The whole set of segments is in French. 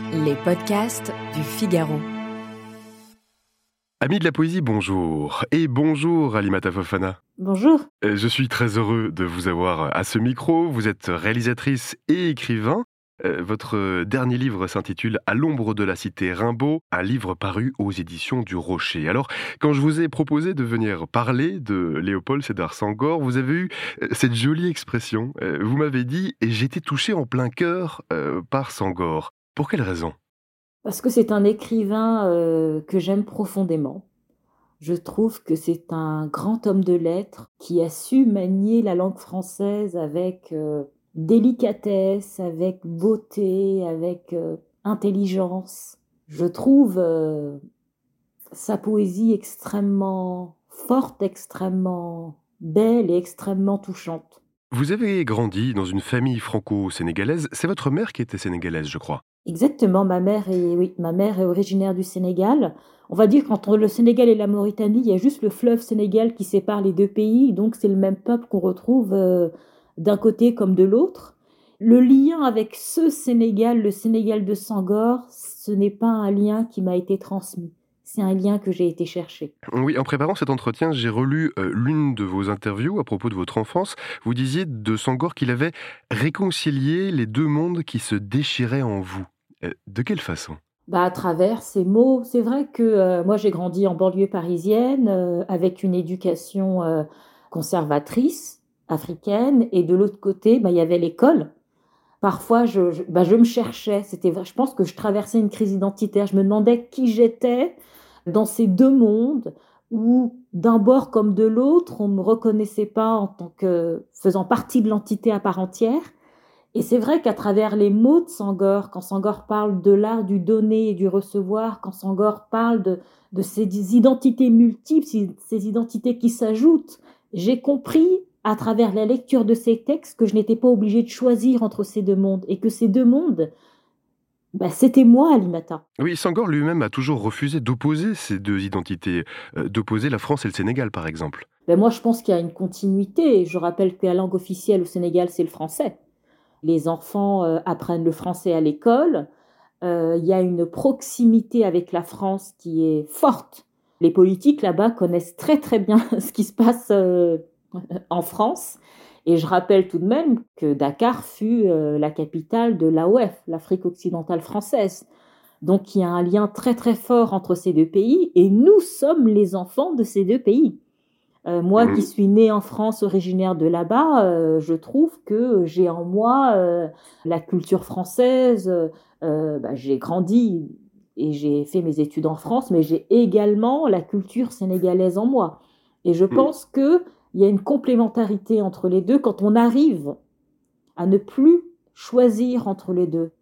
Les podcasts du Figaro. Amis de la poésie, bonjour. Et bonjour Alimata Fofana. Bonjour. Je suis très heureux de vous avoir à ce micro. Vous êtes réalisatrice et écrivain. Votre dernier livre s'intitule « À l'ombre de la cité Rimbaud », un livre paru aux éditions du Rocher. Alors, quand je vous ai proposé de venir parler de Léopold Sédar Senghor, vous avez eu cette jolie expression. Vous m'avez dit « J'étais touché en plein cœur par Senghor ». Pour quelle raison ? Parce que c'est un écrivain que j'aime profondément. Je trouve que c'est un grand homme de lettres qui a su manier la langue française avec délicatesse, avec beauté, avec intelligence. Je trouve sa poésie extrêmement forte, extrêmement belle et extrêmement touchante. Vous avez grandi dans une famille franco-sénégalaise. C'est votre mère qui était sénégalaise, je crois. Exactement, ma mère est originaire du Sénégal. On va dire qu'entre le Sénégal et la Mauritanie, il y a juste le fleuve Sénégal qui sépare les deux pays, donc c'est le même peuple qu'on retrouve d'un côté comme de l'autre. Le lien avec ce Sénégal, le Sénégal de Senghor, ce n'est pas un lien qui m'a été transmis. C'est un lien que j'ai été chercher. Oui, en préparant cet entretien, j'ai relu l'une de vos interviews à propos de votre enfance. Vous disiez de Senghor qu'il avait réconcilié les deux mondes qui se déchiraient en vous. De quelle façon ? À travers ces mots, c'est vrai que moi j'ai grandi en banlieue parisienne avec une éducation conservatrice africaine et de l'autre côté, il y avait l'école. Parfois, je me cherchais. Je pense que je traversais une crise identitaire. Je me demandais qui j'étais dans ces deux mondes où, d'un bord comme de l'autre, on ne me reconnaissait pas en tant que faisant partie de l'entité à part entière. Et c'est vrai qu'à travers les mots de Senghor, quand Senghor parle de l'art du donner et du recevoir, quand Senghor parle de ces identités multiples, ces identités qui s'ajoutent, j'ai compris à travers la lecture de ces textes que je n'étais pas obligée de choisir entre ces deux mondes et que ces deux mondes, c'était moi, Alimata. Oui, Senghor lui-même a toujours refusé d'opposer ces deux identités, d'opposer la France et le Sénégal, par exemple. Moi, je pense qu'il y a une continuité. Je rappelle que la langue officielle au Sénégal, c'est le français. Les enfants apprennent le français à l'école. Il y a une proximité avec la France qui est forte. Les politiques là-bas connaissent très très bien ce qui se passe en France. Et je rappelle tout de même que Dakar fut la capitale de l'AOF, l'Afrique occidentale française. Donc il y a un lien très très fort entre ces deux pays et nous sommes les enfants de ces deux pays. Moi qui suis née en France, originaire de là-bas, je trouve que j'ai en moi la culture française. J'ai grandi et j'ai fait mes études en France, mais j'ai également la culture sénégalaise en moi. Et je pense qu'il y a une complémentarité entre les deux quand on arrive à ne plus choisir entre les deux,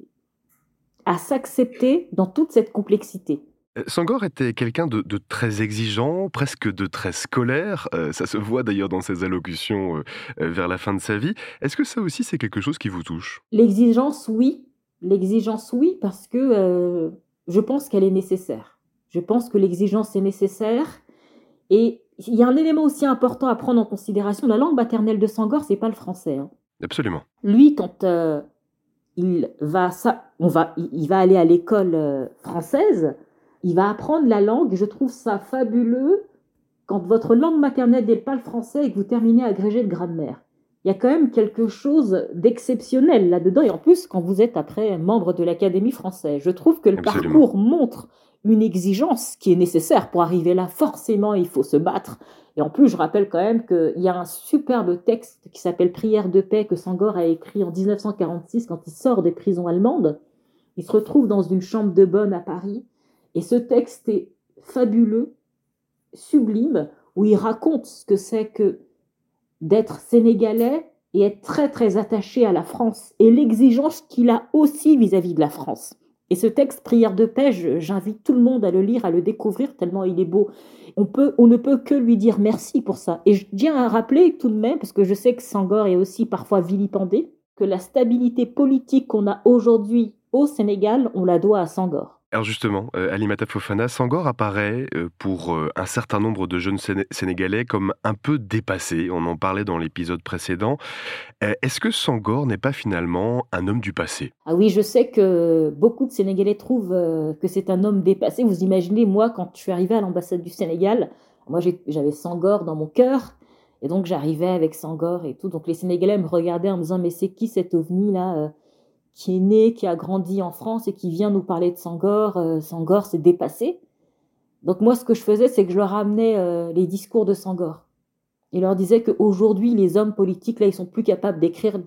à s'accepter dans toute cette complexité. Senghor était quelqu'un de très exigeant, presque de très scolaire. Ça se voit d'ailleurs dans ses allocutions vers la fin de sa vie. Est-ce que ça aussi, c'est quelque chose qui vous touche ? L'exigence, oui. L'exigence, oui, parce que je pense qu'elle est nécessaire. Je pense que l'exigence est nécessaire. Et il y a un élément aussi important à prendre en considération. La langue maternelle de Senghor, c'est pas le français. Absolument. Lui, quand il va aller à l'école française, il va apprendre la langue. Je trouve ça fabuleux quand votre langue maternelle n'est pas le français et que vous terminez agrégé de grammaire. Il y a quand même quelque chose d'exceptionnel là-dedans. Et en plus, quand vous êtes après membre de l'Académie française, je trouve que le parcours montre une exigence qui est nécessaire pour arriver là. Forcément, il faut se battre. Et en plus, je rappelle quand même qu'il y a un superbe texte qui s'appelle Prière de paix que Senghor a écrit en 1946 quand il sort des prisons allemandes. Il se retrouve dans une chambre de bonne à Paris. Et ce texte est fabuleux, sublime, où il raconte ce que c'est que d'être sénégalais et être très très attaché à la France et l'exigence qu'il a aussi vis-à-vis de la France. Et ce texte, Prière de paix, j'invite tout le monde à le lire, à le découvrir, tellement il est beau. On ne peut que lui dire merci pour ça. Et je tiens à rappeler tout de même, parce que je sais que Senghor est aussi parfois vilipendé, que la stabilité politique qu'on a aujourd'hui au Sénégal, on la doit à Senghor. Alors justement, Alimata Fofana, Senghor apparaît, pour, un certain nombre de jeunes Sénégalais comme un peu dépassé. On en parlait dans l'épisode précédent. Est-ce que Senghor n'est pas finalement un homme du passé? Ah oui, je sais que beaucoup de Sénégalais trouvent que c'est un homme dépassé. Vous imaginez, moi, quand je suis arrivée à l'ambassade du Sénégal, moi j'avais Senghor dans mon cœur, et donc j'arrivais avec Senghor et tout. Donc les Sénégalais me regardaient en me disant, mais c'est qui cet ovni là qui est né, qui a grandi en France et qui vient nous parler de Senghor? Senghor, c'est dépassé. Donc moi, ce que je faisais, c'est que je leur ramenais les discours de Senghor. Il leur disait qu'aujourd'hui, les hommes politiques, là, ils sont plus capables d'écrire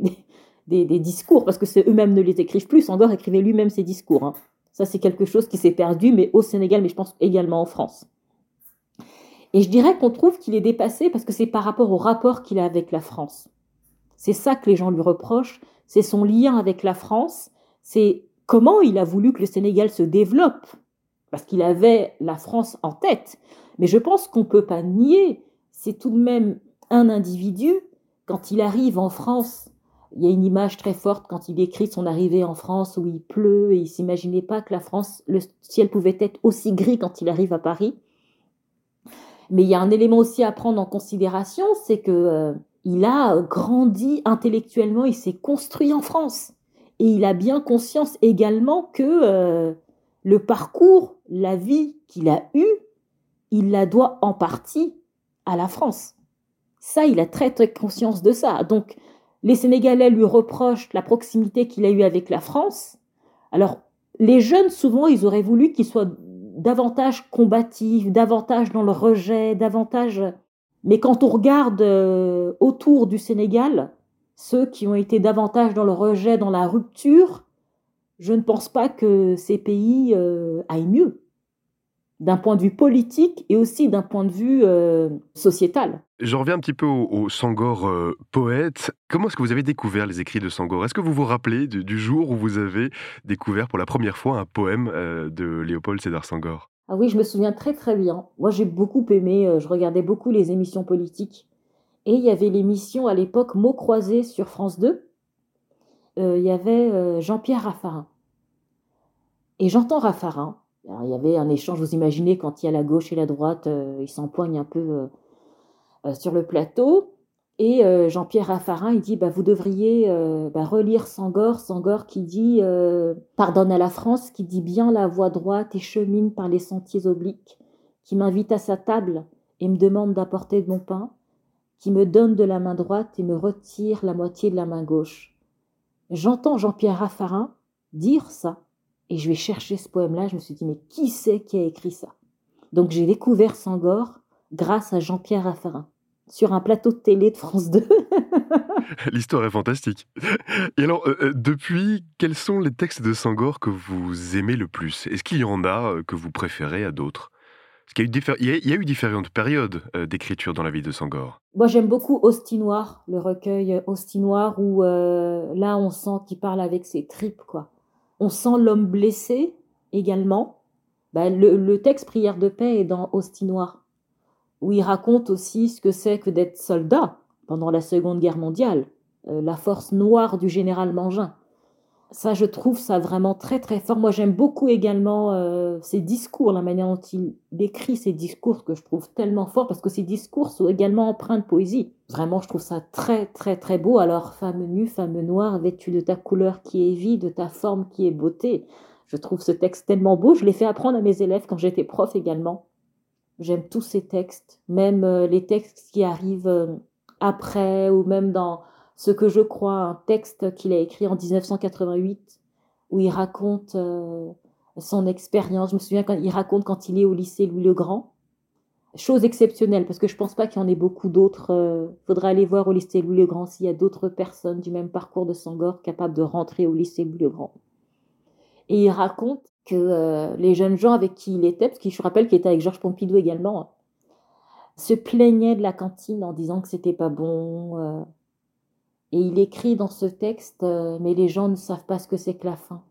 des discours, parce que c'est eux-mêmes ne les écrivent plus. Senghor écrivait lui-même ses discours, hein. Ça, c'est quelque chose qui s'est perdu, mais au Sénégal, mais je pense également en France. Et je dirais qu'on trouve qu'il est dépassé parce que c'est par rapport au rapport qu'il a avec la France. C'est ça que les gens lui reprochent, c'est son lien avec la France, c'est comment il a voulu que le Sénégal se développe, parce qu'il avait la France en tête. Mais je pense qu'on ne peut pas nier, c'est tout de même un individu, quand il arrive en France, il y a une image très forte quand il décrit son arrivée en France où il pleut et il ne s'imaginait pas que la France, le ciel pouvait être aussi gris quand il arrive à Paris. Mais il y a un élément aussi à prendre en considération, c'est que il a grandi intellectuellement, il s'est construit en France. Et il a bien conscience également que le parcours, la vie qu'il a eue, il la doit en partie à la France. Ça, il a très très conscience de ça. Donc, les Sénégalais lui reprochent la proximité qu'il a eue avec la France. Alors, les jeunes, souvent, ils auraient voulu qu'il soit davantage combatif, davantage dans le rejet, davantage... Mais quand on regarde autour du Sénégal, ceux qui ont été davantage dans le rejet, dans la rupture, je ne pense pas que ces pays aillent mieux, d'un point de vue politique et aussi d'un point de vue sociétal. Je reviens un petit peu au Senghor, poète. Comment est-ce que vous avez découvert les écrits de Senghor? Est-ce que vous vous rappelez du jour où vous avez découvert pour la première fois un poème, de Léopold Sédar Senghor? Ah oui, je me souviens très très bien. Moi, j'ai beaucoup aimé, je regardais beaucoup les émissions politiques. Et il y avait l'émission à l'époque Mots croisés sur France 2. Il y avait Jean-Pierre Raffarin. Et j'entends Raffarin. Alors, il y avait un échange, vous imaginez, quand il y a la gauche et la droite, ils s'empoignent un peu sur le plateau. Et Jean-Pierre Raffarin, il dit, bah, vous devriez relire Senghor. Senghor qui dit, pardonne à la France, qui dit bien la voie droite et chemine par les sentiers obliques, qui m'invite à sa table et me demande d'apporter de mon pain, qui me donne de la main droite et me retire la moitié de la main gauche. J'entends Jean-Pierre Raffarin dire ça, et je vais chercher ce poème-là, je me suis dit, mais qui c'est qui a écrit ça? Donc j'ai découvert Senghor grâce à Jean-Pierre Raffarin, sur un plateau de télé de France 2. L'histoire est fantastique. Et alors, depuis, quels sont les textes de Senghor que vous aimez le plus? Est-ce qu'il y en a, que vous préférez à d'autres? Parce qu'il y a eu il y a eu différentes périodes, d'écriture dans la vie de Senghor. Moi j'aime beaucoup Ostinoir, le recueil Ostinoir, où là on sent qu'il parle avec ses tripes, quoi. On sent l'homme blessé également. Le texte Prière de paix est dans Ostinoir, où il raconte aussi ce que c'est que d'être soldat pendant la Seconde Guerre mondiale, la force noire du général Mangin. Ça, je trouve ça vraiment très très fort. Moi, j'aime beaucoup également ses discours, la manière dont il décrit ses discours, que je trouve tellement fort, parce que ses discours sont également empreints de poésie. Vraiment, je trouve ça très très très beau. Alors, femme nue, femme noire, vêtue de ta couleur qui est vie, de ta forme qui est beauté. Je trouve ce texte tellement beau. Je l'ai fait apprendre à mes élèves quand j'étais prof également. J'aime tous ces textes, même les textes qui arrivent après, ou même dans Ce que je crois, un texte qu'il a écrit en 1988, où il raconte son expérience. Je me souviens quand il raconte quand il est au lycée Louis-le-Grand. Chose exceptionnelle, parce que je ne pense pas qu'il y en ait beaucoup d'autres. Faudra aller voir au lycée Louis-le-Grand s'il y a d'autres personnes du même parcours de Senghor capables de rentrer au lycée Louis-le-Grand. Et il raconte que les jeunes gens avec qui il était, parce que je rappelle qu'il était avec Georges Pompidou également, se plaignaient de la cantine en disant que c'était pas bon. Et il écrit dans ce texte, mais les gens ne savent pas ce que c'est que la faim.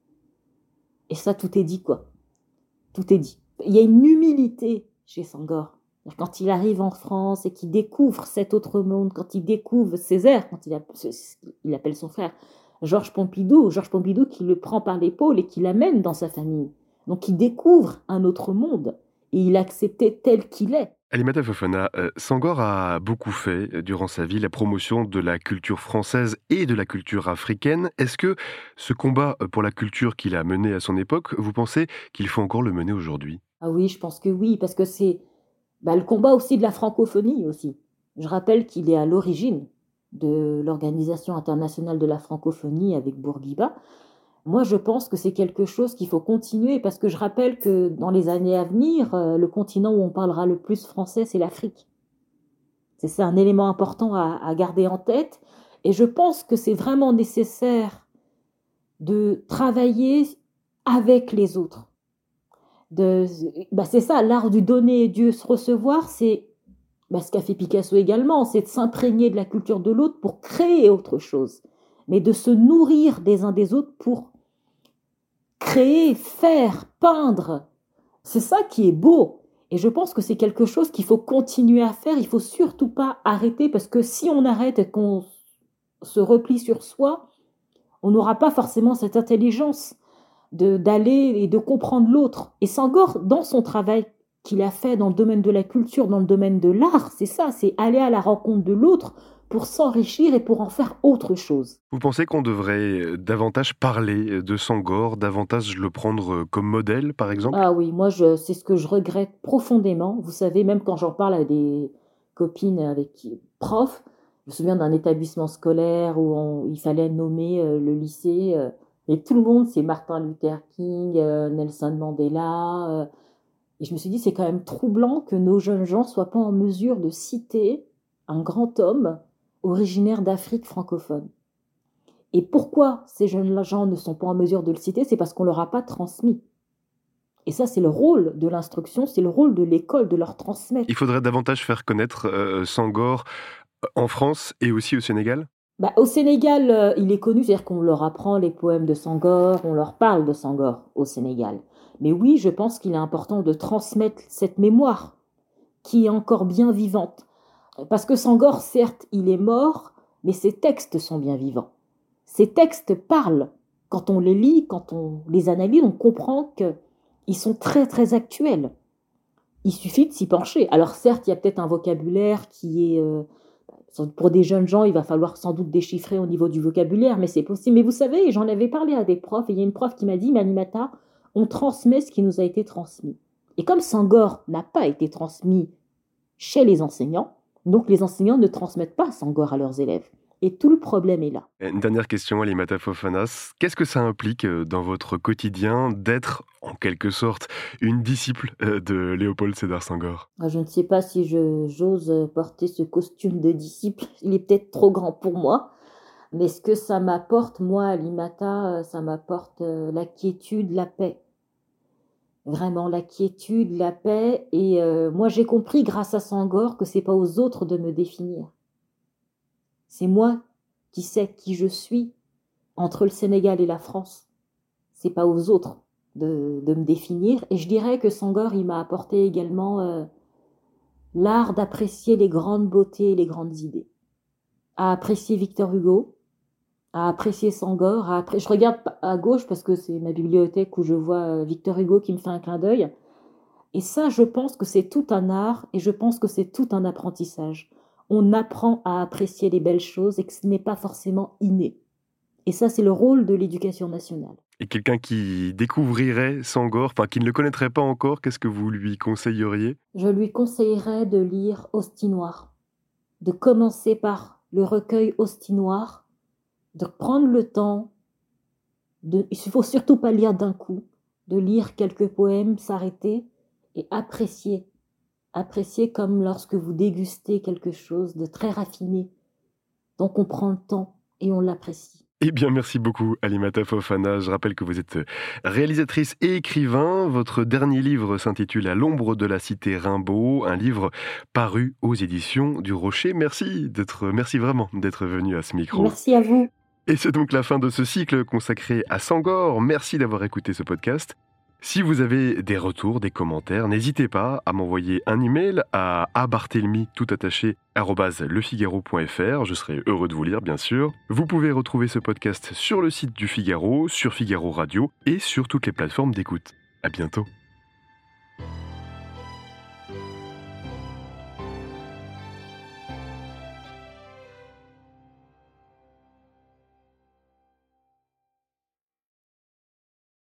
Et ça, tout est dit, quoi. Tout est dit. Il y a une humilité chez Senghor. Quand il arrive en France et qu'il découvre cet autre monde, quand il découvre Césaire, quand il appelle son frère Georges Pompidou qui le prend par l'épaule et qui l'amène dans sa famille. Donc il découvre un autre monde et il acceptait tel qu'il est. Alimata Fofana, Senghor a beaucoup fait durant sa vie la promotion de la culture française et de la culture africaine. Est-ce que ce combat pour la culture qu'il a mené à son époque, vous pensez qu'il faut encore le mener aujourd'hui? Ah oui, je pense que oui, parce que c'est le combat aussi de la francophonie aussi. Je rappelle qu'il est à l'origine de l'Organisation internationale de la francophonie avec Bourguiba. Moi, je pense que c'est quelque chose qu'il faut continuer parce que je rappelle que dans les années à venir, le continent où on parlera le plus français, c'est l'Afrique. C'est un élément important à garder en tête. Et je pense que c'est vraiment nécessaire de travailler avec les autres. C'est ça, l'art du donner et du se recevoir, c'est ce qu'a fait Picasso également, c'est de s'imprégner de la culture de l'autre pour créer autre chose. Mais de se nourrir des uns des autres pour créer, faire, peindre. C'est ça qui est beau. Et je pense que c'est quelque chose qu'il faut continuer à faire. Il ne faut surtout pas arrêter parce que si on arrête et qu'on se replie sur soi, on n'aura pas forcément cette intelligence d'aller et de comprendre l'autre. Et Senghor, dans son travail qu'il a fait dans le domaine de la culture, dans le domaine de l'art, c'est ça, c'est aller à la rencontre de l'autre pour s'enrichir et pour en faire autre chose. Vous pensez qu'on devrait davantage parler de Senghor, davantage le prendre comme modèle, par exemple? Ah oui, moi, c'est ce que je regrette profondément. Vous savez, même quand j'en parle à des copines profs, je me souviens d'un établissement scolaire où il fallait nommer le lycée, et tout le monde, c'est Martin Luther King, Nelson Mandela. Et je me suis dit, c'est quand même troublant que nos jeunes gens ne soient pas en mesure de citer un grand homme originaire d'Afrique francophone. Et pourquoi ces jeunes gens ne sont pas en mesure de le citer? C'est parce qu'on ne leur a pas transmis. Et ça, c'est le rôle de l'instruction, c'est le rôle de l'école, de leur transmettre. Il faudrait davantage faire connaître Senghor en France et aussi au Sénégal? Au Sénégal, il est connu, c'est-à-dire qu'on leur apprend les poèmes de Senghor, on leur parle de Senghor au Sénégal. Mais oui, je pense qu'il est important de transmettre cette mémoire qui est encore bien vivante. Parce que Senghor, certes, il est mort, mais ses textes sont bien vivants. Ces textes parlent. Quand on les lit, quand on les analyse, on comprend qu'ils sont très, très actuels. Il suffit de s'y pencher. Alors certes, il y a peut-être un vocabulaire qui est... pour des jeunes gens, il va falloir sans doute déchiffrer au niveau du vocabulaire, mais c'est possible. Mais vous savez, j'en avais parlé à des profs, et il y a une prof qui m'a dit, mais Alimata, on transmet ce qui nous a été transmis. Et comme Senghor n'a pas été transmis chez les enseignants, donc les enseignants ne transmettent pas Senghor à leurs élèves. Et tout le problème est là. Une dernière question, Alimata Fofana. Qu'est-ce que ça implique dans votre quotidien d'être, en quelque sorte, une disciple de Léopold Sédar Senghor? Je ne sais pas si j'ose porter ce costume de disciple. Il est peut-être trop grand pour moi. Mais ce que ça m'apporte, moi, Alimata, ça m'apporte la quiétude, la paix. Vraiment, la quiétude, la paix. Et moi, j'ai compris, grâce à Senghor, que c'est pas aux autres de me définir. C'est moi qui sais qui je suis entre le Sénégal et la France. C'est pas aux autres de me définir. Et je dirais que Senghor, il m'a apporté également l'art d'apprécier les grandes beautés et les grandes idées. À apprécier Victor Hugo, à apprécier Senghor, je regarde à gauche parce que c'est ma bibliothèque où je vois Victor Hugo qui me fait un clin d'œil. Et ça, je pense que c'est tout un art et je pense que c'est tout un apprentissage. On apprend à apprécier les belles choses et que ce n'est pas forcément inné. Et ça, c'est le rôle de l'éducation nationale. Et quelqu'un qui découvrirait Senghor, qui ne le connaîtrait pas encore, qu'est-ce que vous lui conseilleriez? Je lui conseillerais de lire Ostinoir, de commencer par le recueil Ostinoir, de prendre le temps, il ne faut surtout pas lire d'un coup, de lire quelques poèmes, s'arrêter et apprécier. Apprécier comme lorsque vous dégustez quelque chose de très raffiné. Donc on prend le temps et on l'apprécie. Eh bien, merci beaucoup, Alimata Fofana. Je rappelle que vous êtes réalisatrice et écrivain. Votre dernier livre s'intitule À l'ombre de la cité Rimbaud, un livre paru aux éditions du Rocher. Merci vraiment d'être venu à ce micro. Merci à vous. Et c'est donc la fin de ce cycle consacré à Senghor. Merci d'avoir écouté ce podcast. Si vous avez des retours, des commentaires, n'hésitez pas à m'envoyer un email à abarthelmy, tout attaché, @lefigaro.fr. Je serai heureux de vous lire, bien sûr. Vous pouvez retrouver ce podcast sur le site du Figaro, sur Figaro Radio et sur toutes les plateformes d'écoute. À bientôt.